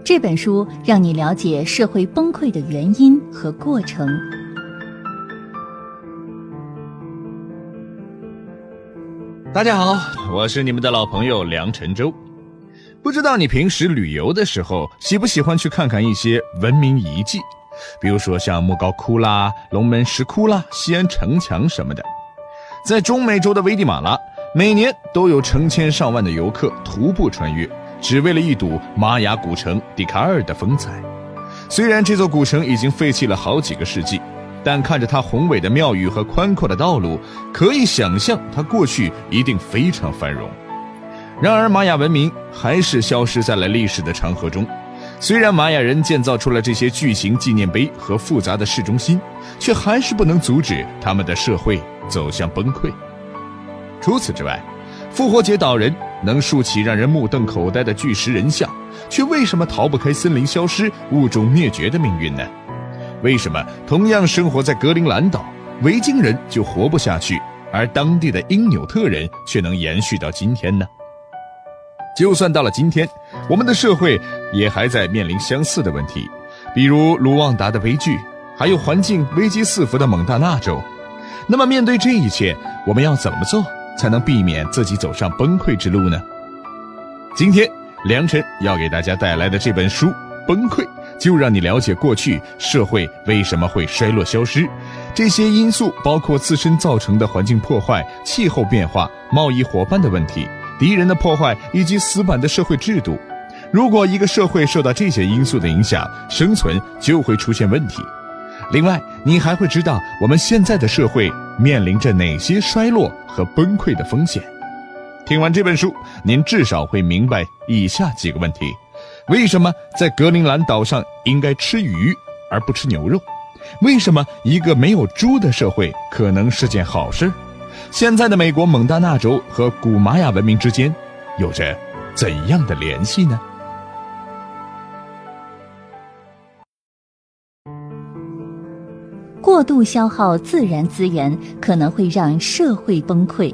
这本书让你了解社会崩溃的原因和过程。 大家好，我是你们的老朋友梁晨洲。不知道你平时旅游的时候喜不喜欢去看看一些文明遗迹，比如说像莫高窟啦、龙门石窟啦、西安城墙什么的。在中美洲的危地马拉，每年都有成千上万的游客徒步穿越，只为了一睹玛雅古城迪卡尔的风采。虽然这座古城已经废弃了好几个世纪，但看着它宏伟的庙宇和宽阔的道路，可以想象它过去一定非常繁荣。然而玛雅文明还是消失在了历史的长河中。虽然玛雅人建造出了这些巨型纪念碑和复杂的市中心，却还是不能阻止他们的社会走向崩溃。除此之外，复活节岛人能竖起让人目瞪口呆的巨石人像，却为什么逃不开森林消失、物种灭绝的命运呢？为什么同样生活在格陵兰岛，维京人就活不下去，而当地的因纽特人却能延续到今天呢？就算到了今天，我们的社会也还在面临相似的问题，比如卢旺达的悲剧，还有环境危机四伏的蒙大纳州。那么面对这一切，我们要怎么做才能避免自己走上崩溃之路呢？今天梁晨要给大家带来的这本书《崩溃》，就让你了解过去社会为什么会衰落消失，这些因素包括自身造成的环境破坏、气候变化、贸易伙伴的问题、敌人的破坏以及死板的社会制度。如果一个社会受到这些因素的影响，生存就会出现问题。另外，你还会知道我们现在的社会面临着哪些衰落和崩溃的风险。听完这本书，您至少会明白以下几个问题：为什么在格陵兰岛上应该吃鱼而不吃牛肉？为什么一个没有猪的社会可能是件好事？现在的美国蒙大纳州和古玛雅文明之间有着怎样的联系呢？ 过度消耗自然资源可能会让社会崩溃。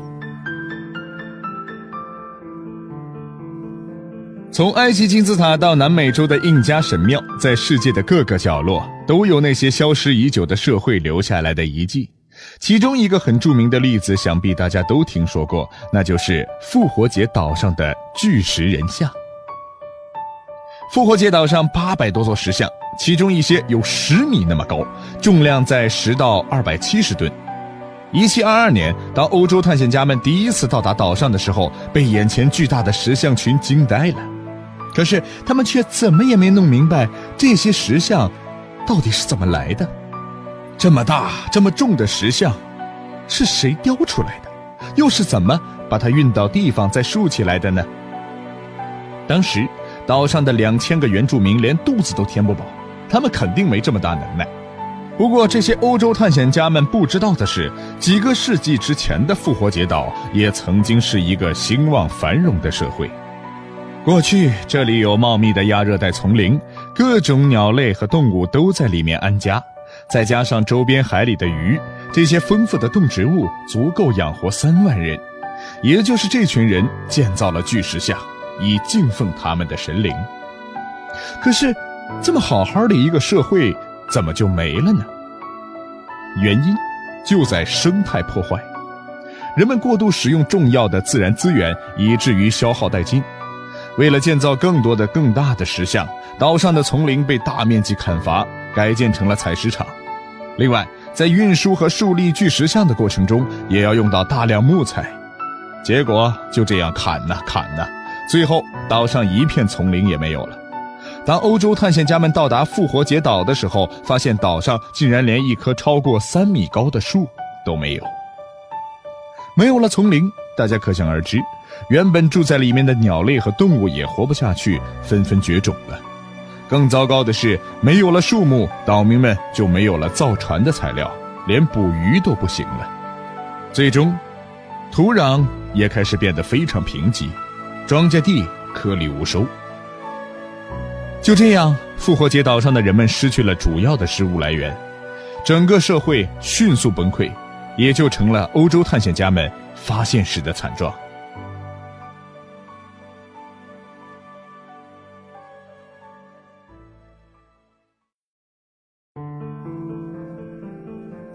从埃及金字塔到南美洲的印加神庙，在世界的各个角落都有那些消失已久的社会留下来的遗迹。其中一个很著名的例子，想必大家都听说过，那就是复活节岛上的巨石人像。复活节岛上800多座石像，其中一些有10米那么高，重量在10到270吨。1722年，当欧洲探险家们第一次到达岛上的时候，被眼前巨大的石像群惊呆了。可是他们却怎么也没弄明白，这些石像到底是怎么来的。这么大这么重的石像是谁雕出来的？又是怎么把它运到地方再竖起来的呢？当时岛上的2000个原住民连肚子都填不饱，他们肯定没这么大能耐。不过这些欧洲探险家们不知道的是，几个世纪之前的复活节岛也曾经是一个兴旺繁荣的社会。过去这里有茂密的亚热带丛林，各种鸟类和动物都在里面安家，再加上周边海里的鱼，这些丰富的动植物足够养活3万人。也就是这群人建造了巨石像，以敬奉他们的神灵。可是这么好好的一个社会怎么就没了呢？原因就在生态破坏。人们过度使用重要的自然资源，以至于消耗殆尽。为了建造更多的更大的石像，岛上的丛林被大面积砍伐，改建成了采石场。另外，在运输和树立巨石像的过程中，也要用到大量木材。结果就这样砍呐，最后岛上一片丛林也没有了。当欧洲探险家们到达复活节岛的时候，发现岛上竟然连一棵超过3米高的树都没有。没有了丛林，大家可想而知，原本住在里面的鸟类和动物也活不下去，纷纷绝种了。更糟糕的是，没有了树木，岛民们就没有了造船的材料，连捕鱼都不行了。最终土壤也开始变得非常贫瘠，庄稼地颗粒无收。就这样，复活节岛上的人们失去了主要的食物来源，整个社会迅速崩溃，也就成了欧洲探险家们发现时的惨状。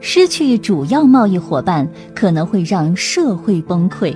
失去主要贸易伙伴可能会让社会崩溃。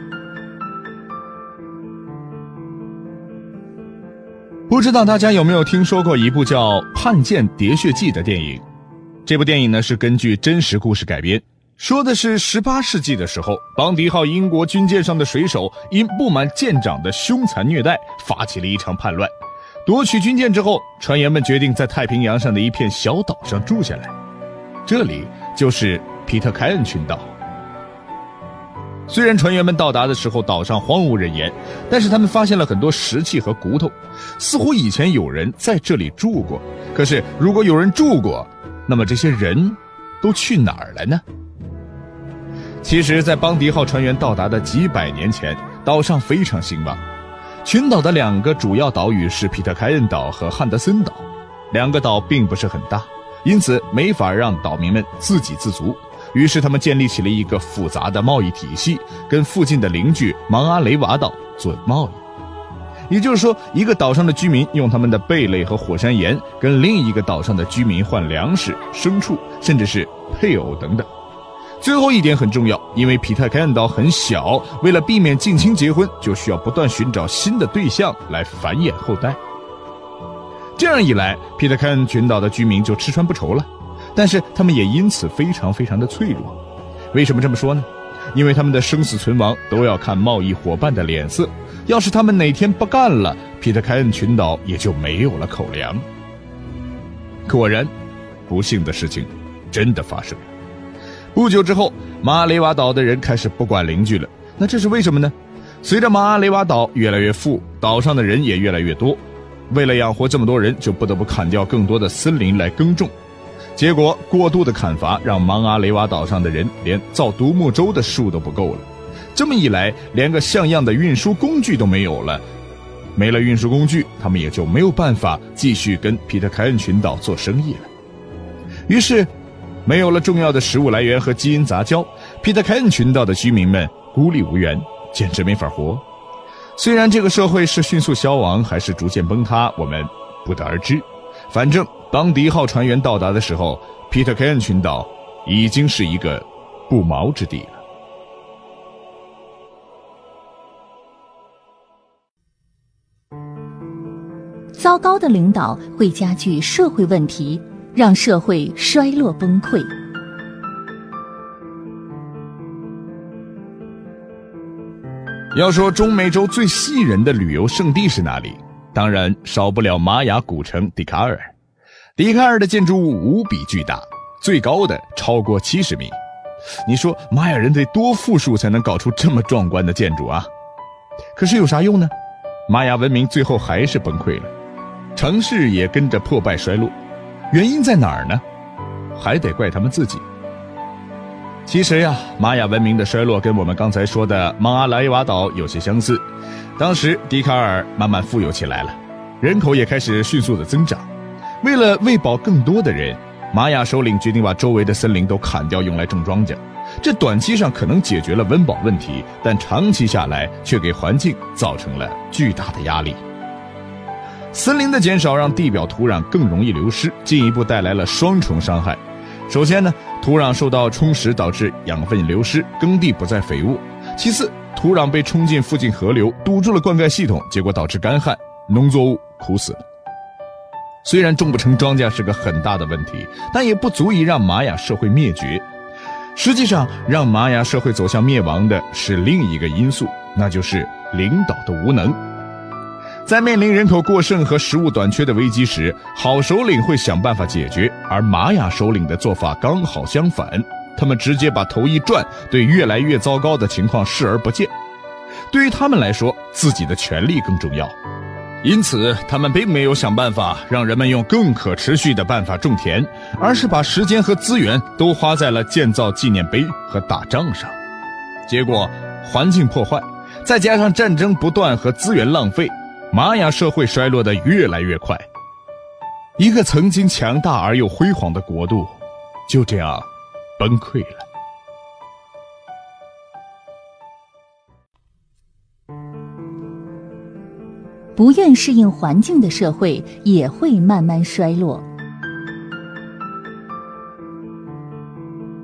不知道大家有没有听说过一部叫《叛剑喋血记》的电影？这部电影呢是根据真实故事改编，说的是18世纪的时候，邦迪号英国军舰上的水手因不满舰长的凶残虐待，发起了一场叛乱。夺取军舰之后，船员们决定在太平洋上的一片小岛上住下来，这里就是皮特凯恩群岛。虽然船员们到达的时候岛上荒无人烟，但是他们发现了很多石器和骨头，似乎以前有人在这里住过。可是如果有人住过，那么这些人都去哪儿了呢？其实在邦迪号船员到达的几百年前，岛上非常兴旺。群岛的2个主要岛屿是皮特凯恩岛和汉德森岛，2个岛并不是很大，因此没法让岛民们自给自足，于是他们建立起了一个复杂的贸易体系，跟附近的邻居芒阿雷瓦岛做贸易。也就是说，一个岛上的居民用他们的贝类和火山岩跟另一个岛上的居民换粮食、牲畜，甚至是配偶等等。最后一点很重要，因为皮特凯恩岛很小，为了避免近亲结婚，就需要不断寻找新的对象来繁衍后代。这样一来，皮特凯恩群岛的居民就吃穿不愁了，但是他们也因此非常非常的脆弱。为什么这么说呢？因为他们的生死存亡都要看贸易伙伴的脸色，要是他们哪天不干了，皮特凯恩群岛也就没有了口粮。果然，不幸的事情真的发生了。不久之后，马阿雷瓦岛的人开始不管邻居了。那这是为什么呢？随着马阿雷瓦岛越来越富，岛上的人也越来越多，为了养活这么多人，就不得不砍掉更多的森林来耕种。结果过度的砍伐让芒阿雷瓦岛上的人连造独木舟的树都不够了。这么一来，连个像样的运输工具都没有了。没了运输工具，他们也就没有办法继续跟皮特凯恩群岛做生意了。于是没有了重要的食物来源和基因杂交，皮特凯恩群岛的居民们孤立无援，简直没法活。虽然这个社会是迅速消亡还是逐渐崩塌，我们不得而知。反正邦迪号船员到达的时候，皮特凯恩群岛已经是一个不毛之地了。 糟糕的领导会加剧社会问题，让社会衰落崩溃。 要说中美洲最吸引人的旅游胜地是哪里？当然少不了玛雅古城迪卡尔。迪卡尔的建筑物无比巨大，最高的超过70米。你说玛雅人得多富庶才能搞出这么壮观的建筑啊？可是有啥用呢？玛雅文明最后还是崩溃了，城市也跟着破败衰落。原因在哪儿呢？还得怪他们自己。其实呀，玛雅文明的衰落跟我们刚才说的芒阿莱瓦岛有些相似。当时迪卡尔慢慢富有起来了，人口也开始迅速的增长。为了喂饱更多的人，玛雅首领决定把周围的森林都砍掉，用来种庄稼。这短期上可能解决了温饱问题，但长期下来却给环境造成了巨大的压力。森林的减少让地表土壤更容易流失，进一步带来了双重伤害。首先呢，土壤受到冲蚀导致养分流失，耕地不再肥沃。其次，土壤被冲进附近河流，堵住了灌溉系统，结果导致干旱，农作物枯死了。虽然种不成庄稼是个很大的问题，但也不足以让玛雅社会灭绝。实际上，让玛雅社会走向灭亡的是另一个因素，那就是领导的无能。在面临人口过剩和食物短缺的危机时，好首领会想办法解决，而玛雅首领的做法刚好相反，他们直接把头一转，对越来越糟糕的情况视而不见。对于他们来说，自己的权利更重要，因此他们并没有想办法让人们用更可持续的办法种田，而是把时间和资源都花在了建造纪念碑和打仗上。结果环境破坏，再加上战争不断和资源浪费，玛雅社会衰落得越来越快。一个曾经强大而又辉煌的国度就这样崩溃了。 不愿适应环境的社会也会慢慢衰落。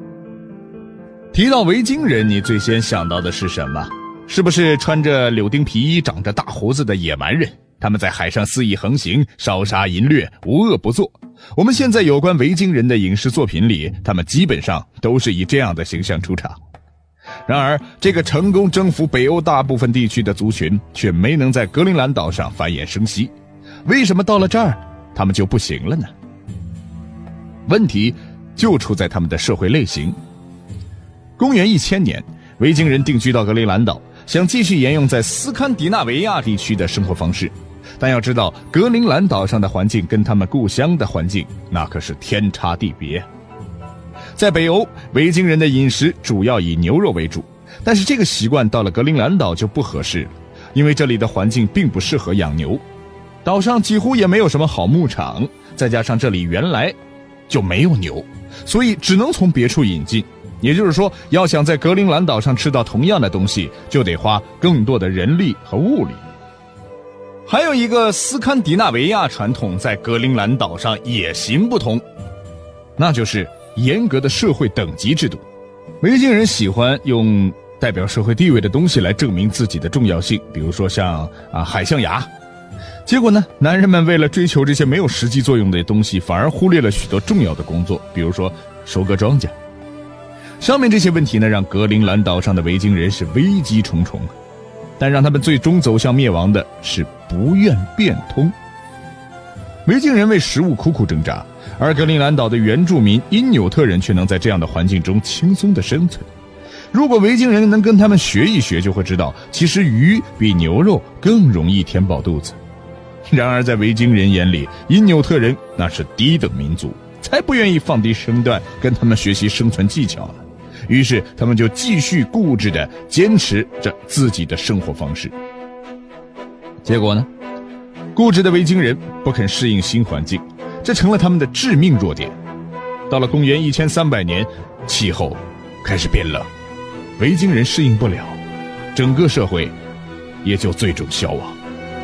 提到维京人，你最先想到的是什么？是不是穿着柳丁皮衣、长着大胡子的野蛮人？他们在海上肆意横行，烧杀淫掠，无恶不作。我们现在有关维京人的影视作品里，他们基本上都是以这样的形象出场。然而，这个成功征服北欧大部分地区的族群，却没能在格陵兰岛上繁衍生息。为什么到了这儿，他们就不行了呢？问题就出在他们的社会类型。公元1000年，维京人定居到格陵兰岛，想继续沿用在斯堪的纳维亚地区的生活方式。但要知道，格陵兰岛上的环境跟他们故乡的环境那可是天差地别。在北欧，维京人的饮食主要以牛肉为主，但是这个习惯到了格陵兰岛就不合适了，因为这里的环境并不适合养牛，岛上几乎也没有什么好牧场，再加上这里原来就没有牛，所以只能从别处引进。也就是说，要想在格陵兰岛上吃到同样的东西，就得花更多的人力和物力。还有一个斯堪的纳维亚传统在格陵兰岛上也行不通，那就是严格的社会等级制度。维京人喜欢用代表社会地位的东西来证明自己的重要性，比如说像海象牙。结果呢，男人们为了追求这些没有实际作用的东西，反而忽略了许多重要的工作，比如说收割庄稼。上面这些问题呢，让格陵兰岛上的维京人是危机重重，但让他们最终走向灭亡的是不愿变通。维京人为食物苦苦挣扎，而格陵兰岛的原住民因纽特人却能在这样的环境中轻松地生存。如果维京人能跟他们学一学，就会知道其实鱼比牛肉更容易填饱肚子。然而在维京人眼里，因纽特人那是低等民族，才不愿意放低身段跟他们学习生存技巧呢。于是他们就继续固执地坚持着自己的生活方式。结果呢，固执的维京人不肯适应新环境，这成了他们的致命弱点。到了公元1300年，气候开始变冷，维京人适应不了，整个社会也就最终消亡。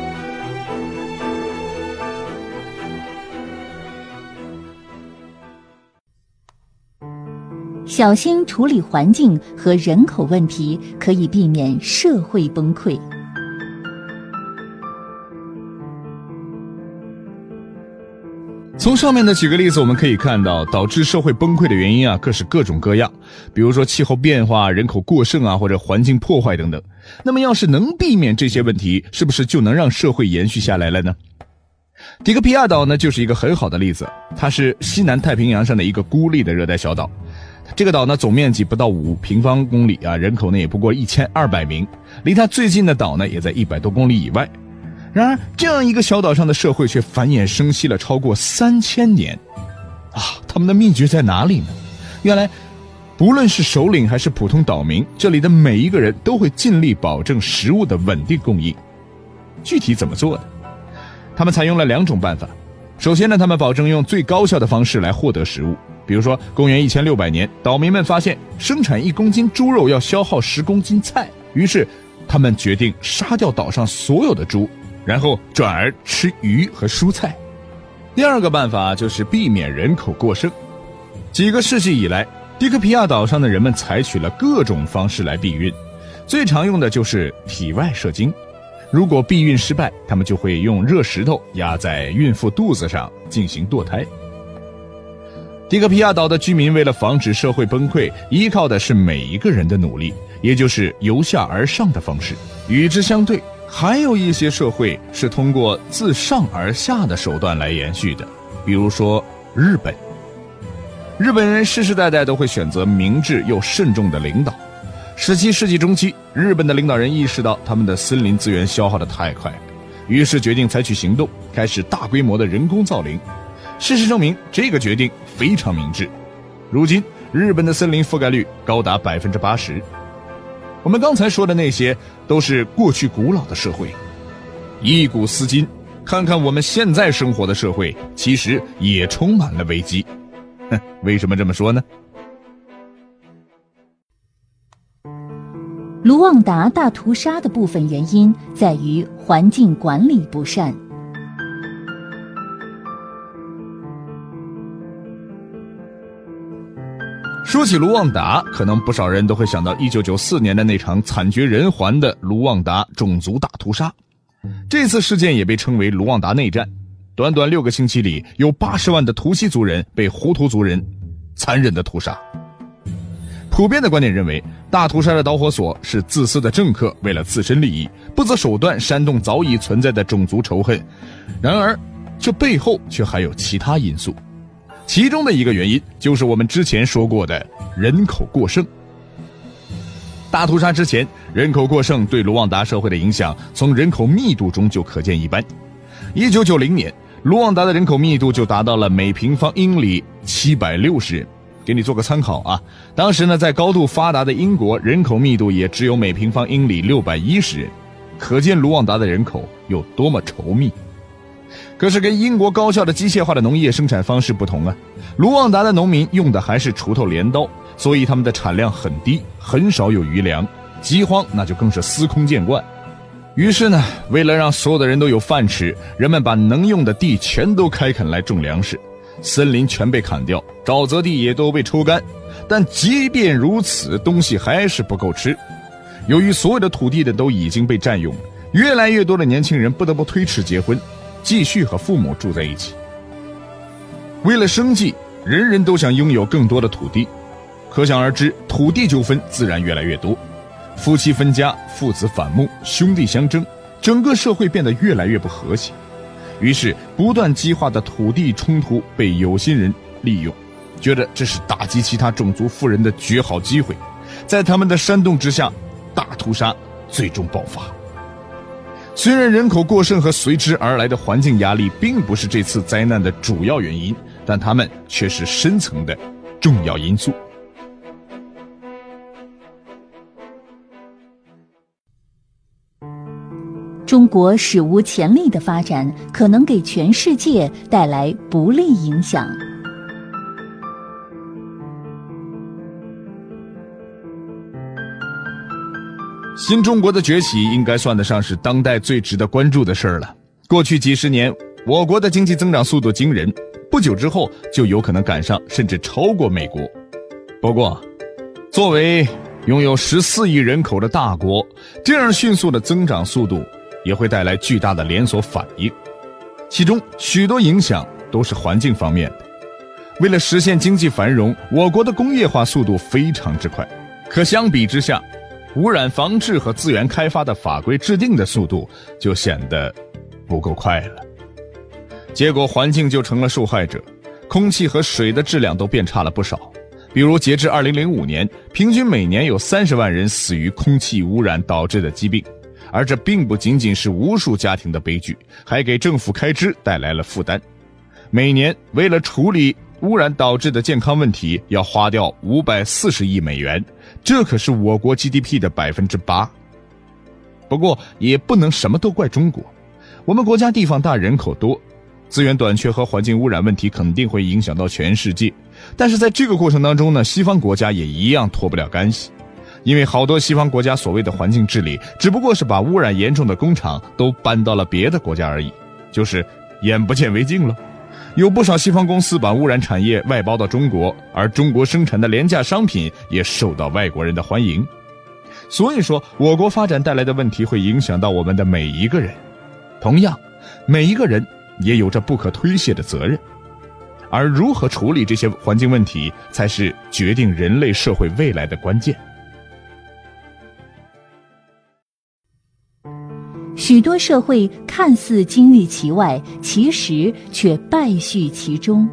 小心处理环境和人口问题，可以避免社会崩溃。 从上面的几个例子我们可以看到，导致社会崩溃的原因可是各种各样，比如说气候变化、人口过剩或者环境破坏等等。那么要是能避免这些问题，是不是就能让社会延续下来了呢？迪克皮亚岛呢，就是一个很好的例子，它是西南太平洋上的一个孤立的热带小岛。这个岛呢，总面积不到5平方公里人口呢也不过1200名，离它最近的岛呢也在100多公里以外。然而这样一个小岛上的社会却繁衍生息了超过3000年他们的秘诀在哪里呢？原来不论是首领还是普通岛民，这里的每一个人都会尽力保证食物的稳定供应。具体怎么做的？他们采用了2种办法。首先呢，他们保证用最高效的方式来获得食物。比如说公元1600年，岛民们发现生产1公斤猪肉要消耗10公斤菜，于是他们决定杀掉岛上所有的猪，然后转而吃鱼和蔬菜。第二个办法就是避免人口过剩。几个世纪以来，迪克皮亚岛上的人们采取了各种方式来避孕，最常用的就是体外射精。如果避孕失败，他们就会用热石头压在孕妇肚子上进行堕胎。迪克皮亚岛的居民为了防止社会崩溃，依靠的是每一个人的努力，也就是由下而上的方式。与之相对，还有一些社会是通过自上而下的手段来延续的，比如说日本。日本人世世代代都会选择明智又慎重的领导。17世纪中期，日本的领导人意识到他们的森林资源消耗得太快了，于是决定采取行动，开始大规模的人工造林。事实证明，这个决定非常明智。如今，日本的森林覆盖率高达80%。我们刚才说的那些都是过去古老的社会。忆古思今，看看我们现在生活的社会，其实也充满了危机。为什么这么说呢？ 卢旺达大屠杀的部分原因在于环境管理不善。 说起卢旺达，可能不少人都会想到1994年的那场惨绝人寰的卢旺达种族大屠杀。这次事件也被称为卢旺达内战，短短6个星期里，有80万的图西族人被胡图族人残忍的屠杀。普遍的观点认为，大屠杀的导火索是自私的政客为了自身利益，不择手段煽动早已存在的种族仇恨。然而，这背后却还有其他因素，其中的一个原因就是我们之前说过的人口过剩。大屠杀之前，人口过剩对卢旺达社会的影响从人口密度中就可见一斑。1990年，卢旺达的人口密度就达到了每平方英里760人。给你做个参考啊，当时呢，在高度发达的英国，人口密度也只有每平方英里610人，可见卢旺达的人口有多么稠密。可是跟英国高效的机械化的农业生产方式不同啊，卢旺达的农民用的还是锄头镰刀，所以他们的产量很低，很少有余粮，饥荒那就更是司空见惯。于是呢，为了让所有的人都有饭吃，人们把能用的地全都开垦来种粮食，森林全被砍掉，沼泽地也都被抽干。但即便如此，东西还是不够吃。由于所有的土地的都已经被占用了，越来越多的年轻人不得不推迟结婚，继续和父母住在一起。为了生计，人人都想拥有更多的土地，可想而知，土地纠纷自然越来越多。夫妻分家，父子反目，兄弟相争，整个社会变得越来越不和谐。于是不断激化的土地冲突被有心人利用，觉得这是打击其他种族富人的绝好机会。在他们的煽动之下，大屠杀最终爆发。虽然人口过剩和随之而来的环境压力并不是这次灾难的主要原因，但它们却是深层的重要因素。 中国史无前例的发展可能给全世界带来不利影响。 新中国的崛起应该算得上是当代最值得关注的事儿了。过去几十年，我国的经济增长速度惊人，不久之后就有可能赶上甚至超过美国。不过，作为拥有14亿人口的大国，这样迅速的增长速度也会带来巨大的连锁反应，其中许多影响都是环境方面的。为了实现经济繁荣，我国的工业化速度非常之快，可相比之下，污染防治和资源开发的法规制定的速度就显得不够快了。结果环境就成了受害者，空气和水的质量都变差了不少。比如截至2005年，平均每年有30万人死于空气污染导致的疾病，而这并不仅仅是无数家庭的悲剧，还给政府开支带来了负担。每年为了处理污染导致的健康问题，要花掉540亿美元，这可是我国 GDP 的8%。不过也不能什么都怪中国，我们国家地方大人口多，资源短缺和环境污染问题肯定会影响到全世界。但是在这个过程当中呢，西方国家也一样脱不了干系。因为好多西方国家所谓的环境治理，只不过是把污染严重的工厂都搬到了别的国家而已，就是眼不见为净了。有不少西方公司把污染产业外包到中国，而中国生产的廉价商品也受到外国人的欢迎。所以说，我国发展带来的问题会影响到我们的每一个人。同样，每一个人也有着不可推卸的责任。而如何处理这些环境问题，才是决定人类社会未来的关键。 许多社会看似金玉其外，其实却败絮其中。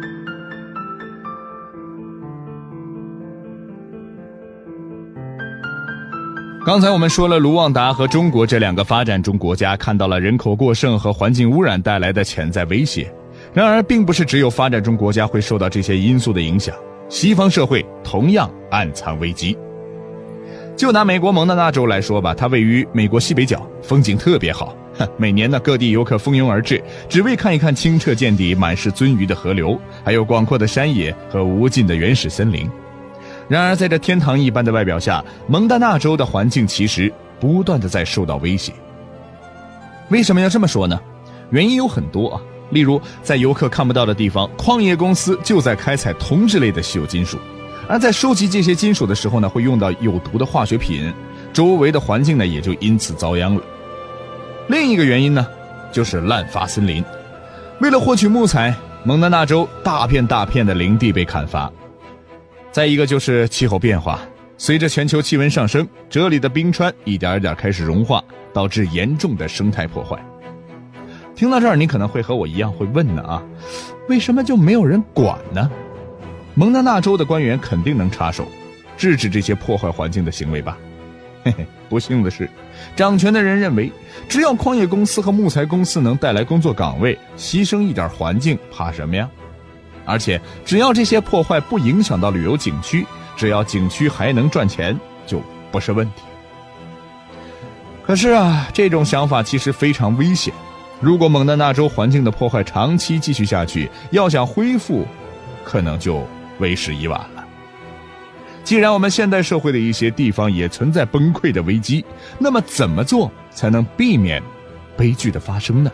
刚才我们说了卢旺达和中国这2个发展中国家看到了人口过剩和环境污染带来的潜在威胁。然而并不是只有发展中国家会受到这些因素的影响，西方社会同样暗藏危机。就拿美国蒙大拿州来说吧，它位于美国西北角，风景特别好，每年呢各地游客蜂拥而至，只为看一看清澈见底满是鳟鱼的河流，还有广阔的山野和无尽的原始森林。然而在这天堂一般的外表下，蒙大拿州的环境其实不断的在受到威胁。为什么要这么说呢？原因有很多啊。例如在游客看不到的地方，矿业公司就在开采铜质类的稀有金属， 而在收集这些金属的时候呢，会用到有毒的化学品，周围的环境呢也就因此遭殃了。另一个原因呢，就是滥伐森林。为了获取木材，蒙大拿州大片大片的林地被砍伐。再一个就是气候变化，随着全球气温上升，这里的冰川一点一点开始融化，导致严重的生态破坏。听到这儿，你可能会和我一样会问呢为什么就没有人管呢？蒙大拿州的官员肯定能插手，制止这些破坏环境的行为吧？嘿嘿，不幸的是，掌权的人认为，只要矿业公司和木材公司能带来工作岗位，牺牲一点环境，怕什么呀？而且，只要这些破坏不影响到旅游景区，只要景区还能赚钱，就不是问题。可是这种想法其实非常危险。如果蒙大拿州环境的破坏长期继续下去，要想恢复，可能就为时已晚了。既然我们现代社会的一些地方也存在崩溃的危机，那么怎么做才能避免悲剧的发生呢？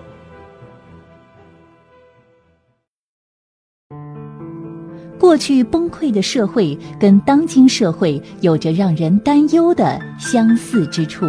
过去崩溃的社会跟当今社会有着让人担忧的相似之处。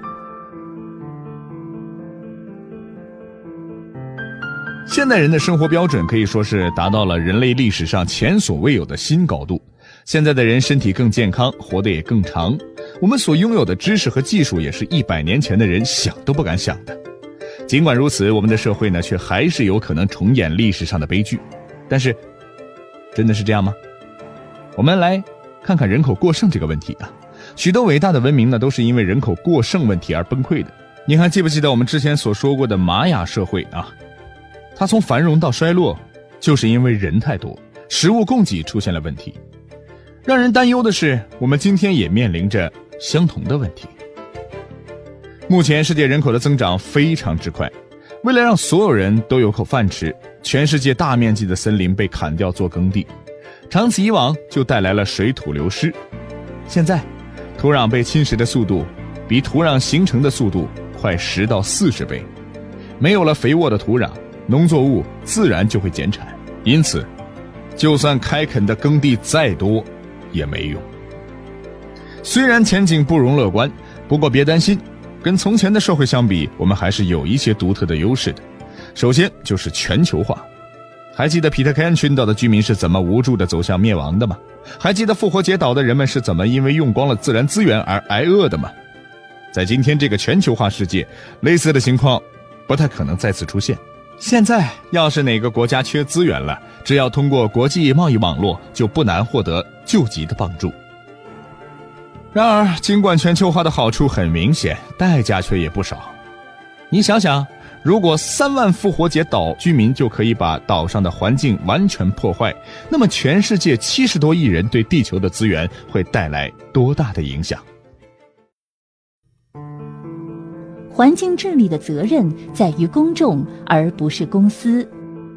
现代人的生活标准可以说是达到了人类历史上前所未有的新高度。现在的人身体更健康，活得也更长，我们所拥有的知识和技术也是100年前的人想都不敢想的。尽管如此，我们的社会呢，却还是有可能重演历史上的悲剧。但是真的是这样吗？我们来看看人口过剩这个问题许多伟大的文明呢，都是因为人口过剩问题而崩溃的。你还记不记得我们之前所说过的玛雅社会它从繁荣到衰落，就是因为人太多，食物供给出现了问题。让人担忧的是，我们今天也面临着相同的问题。目前世界人口的增长非常之快，为了让所有人都有口饭吃，全世界大面积的森林被砍掉做耕地，长此以往就带来了水土流失。现在土壤被侵蚀的速度比土壤形成的速度快10到40倍，没有了肥沃的土壤，农作物自然就会减产，因此就算开垦的耕地再多也没用。虽然前景不容乐观，不过别担心，跟从前的社会相比，我们还是有一些独特的优势的。首先就是全球化。还记得皮特坎群岛的居民是怎么无助地走向灭亡的吗？还记得复活节岛的人们是怎么因为用光了自然资源而挨饿的吗？在今天这个全球化世界，类似的情况不太可能再次出现。现在要是哪个国家缺资源了，只要通过国际贸易网络，就不难获得救急的帮助。然而尽管全球化的好处很明显，代价却也不少。你想想，如果3万复活节岛居民就可以把岛上的环境完全破坏，那么全世界70多亿人对地球的资源会带来多大的影响？ 环境治理的责任在于公众，而不是公司。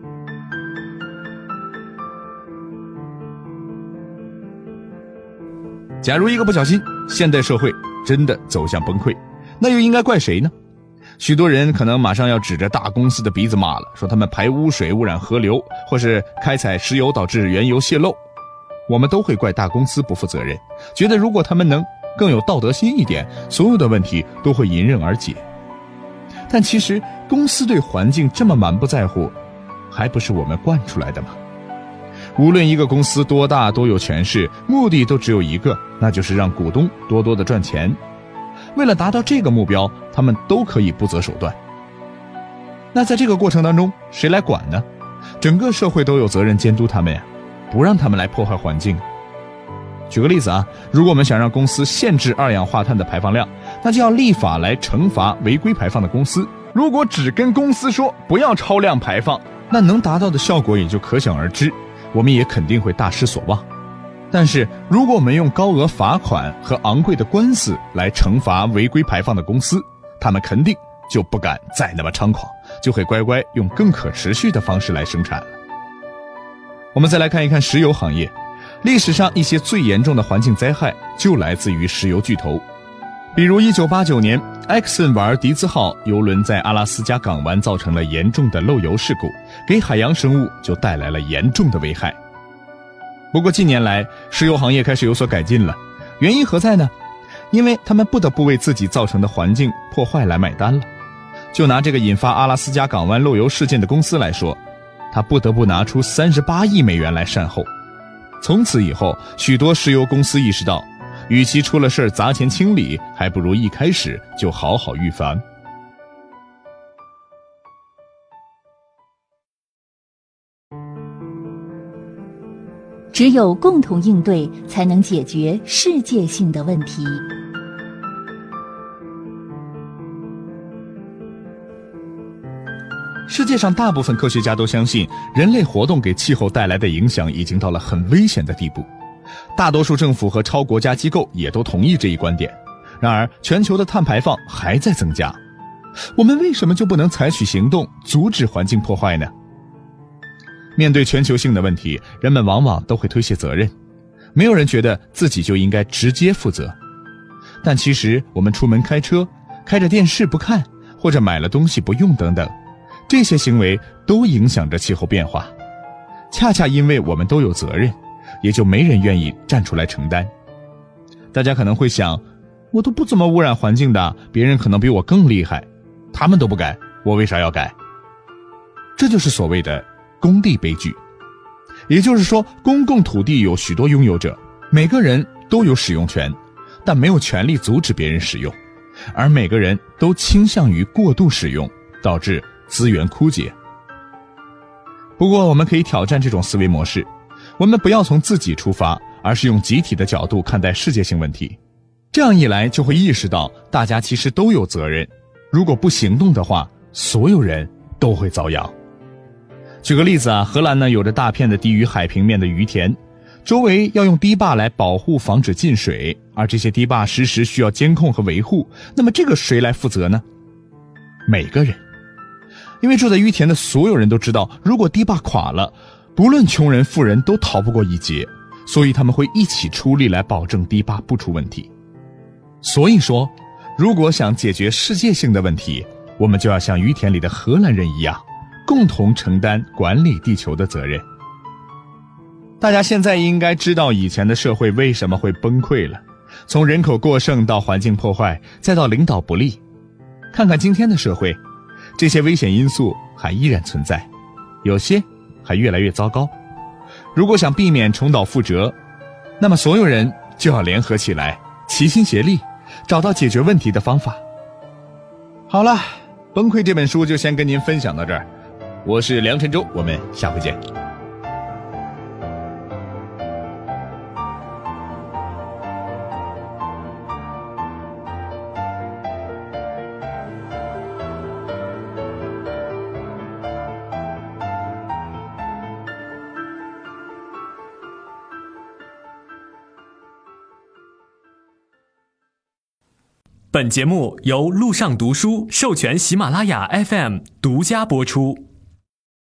假如一个不小心，现代社会真的走向崩溃，那又应该怪谁呢？许多人可能马上要指着大公司的鼻子骂了，说他们排污水污染河流，或是开采石油导致原油泄漏。我们都会怪大公司不负责任，觉得如果他们能更有道德心一点，所有的问题都会迎刃而解。但其实公司对环境这么满不在乎，还不是我们惯出来的吗？无论一个公司多大多有权势，目的都只有一个，那就是让股东多多的赚钱。为了达到这个目标，他们都可以不择手段。那在这个过程当中，谁来管呢？整个社会都有责任监督他们呀，不让他们来破坏环境。举个例子如果我们想让公司限制二氧化碳的排放量，那就要立法来惩罚违规排放的公司。如果只跟公司说不要超量排放，那能达到的效果也就可想而知，我们也肯定会大失所望。但是如果我们用高额罚款和昂贵的官司来惩罚违规排放的公司，他们肯定就不敢再那么猖狂，就会乖乖用更可持续的方式来生产了。我们再来看一看石油行业，历史上一些最严重的环境灾害就来自于石油巨头。比如1989年埃克森瓦尔迪兹号油轮在阿拉斯加港湾造成了严重的漏油事故，给海洋生物就带来了严重的危害。 不过近年来，石油行业开始有所改进了，原因何在呢？因为他们不得不为自己造成的环境破坏来买单了。就拿这个引发阿拉斯加港湾漏油事件的公司来说，他不得不拿出38亿美元来善后。从此以后，许多石油公司意识到，与其出了事砸钱清理，还不如一开始就好好预防。 只有共同应对，才能解决世界性的问题。 世界上大部分科学家都相信，人类活动给气候带来的影响已经到了很危险的地步。大多数政府和超国家机构也都同意这一观点。然而，全球的碳排放还在增加。我们为什么就不能采取行动，阻止环境破坏呢？面对全球性的问题，人们往往都会推卸责任，没有人觉得自己就应该直接负责。但其实我们出门开车，开着电视不看，或者买了东西不用等等，这些行为都影响着气候变化。恰恰因为我们都有责任，也就没人愿意站出来承担。大家可能会想，我都不怎么污染环境的，别人可能比我更厉害，他们都不改，我为啥要改？这就是所谓的公地悲剧。也就是说，公共土地有许多拥有者，每个人都有使用权，但没有权利阻止别人使用，而每个人都倾向于过度使用，导致资源枯竭。不过我们可以挑战这种思维模式，我们不要从自己出发，而是用集体的角度看待世界性问题。这样一来，就会意识到大家其实都有责任，如果不行动的话，所有人都会遭殃。举个例子啊，荷兰呢有着大片的低于海平面的渔田，周围要用堤坝来保护，防止进水，而这些堤坝时时需要监控和维护，那么这个谁来负责呢？每个人。因为住在渔田的所有人都知道，如果堤坝垮了，不论穷人富人都逃不过一劫，所以他们会一起出力来保证堤坝不出问题。所以说，如果想解决世界性的问题，我们就要像渔田里的荷兰人一样，共同承担管理地球的责任。大家现在应该知道以前的社会为什么会崩溃了，从人口过剩到环境破坏，再到领导不力。看看今天的社会，这些危险因素还依然存在，有些还越来越糟糕。如果想避免重蹈覆辙，那么所有人就要联合起来，齐心协力，找到解决问题的方法。好了，崩溃这本书就先跟您分享到这儿，我是梁晨洲，我们下回见。 本节目由路上读书授权喜马拉雅 FM 独家播出。